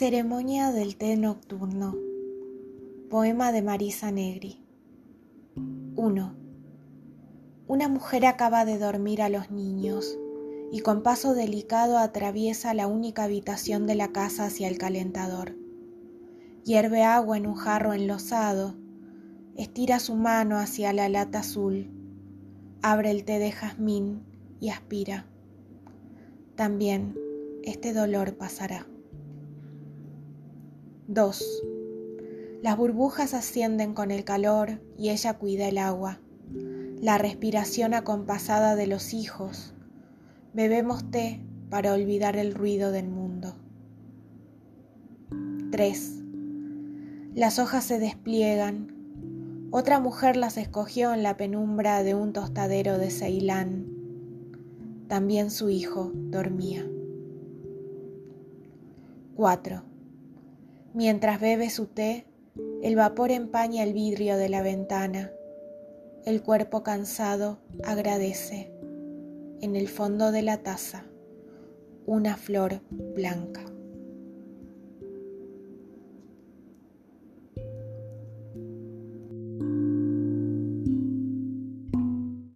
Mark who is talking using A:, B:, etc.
A: Ceremonia del té nocturno. Poema de Marisa Negri. 1. Una mujer acaba de dormir a los niños y con paso delicado atraviesa la única habitación de la casa hacia el calentador. Hierve agua en un jarro enlosado, estira su mano hacia la lata azul, abre el té de jazmín y aspira. También este dolor pasará. 2. Las burbujas ascienden con el calor y ella cuida el agua, la respiración acompasada de los hijos. Bebemos té para olvidar el ruido del mundo. 3. Las hojas se despliegan. Otra mujer las escogió en la penumbra de un tostadero de Ceilán. También su hijo dormía. 4. Mientras bebe su té, el vapor empaña el vidrio de la ventana. El cuerpo cansado agradece. En el fondo de la taza, una flor blanca.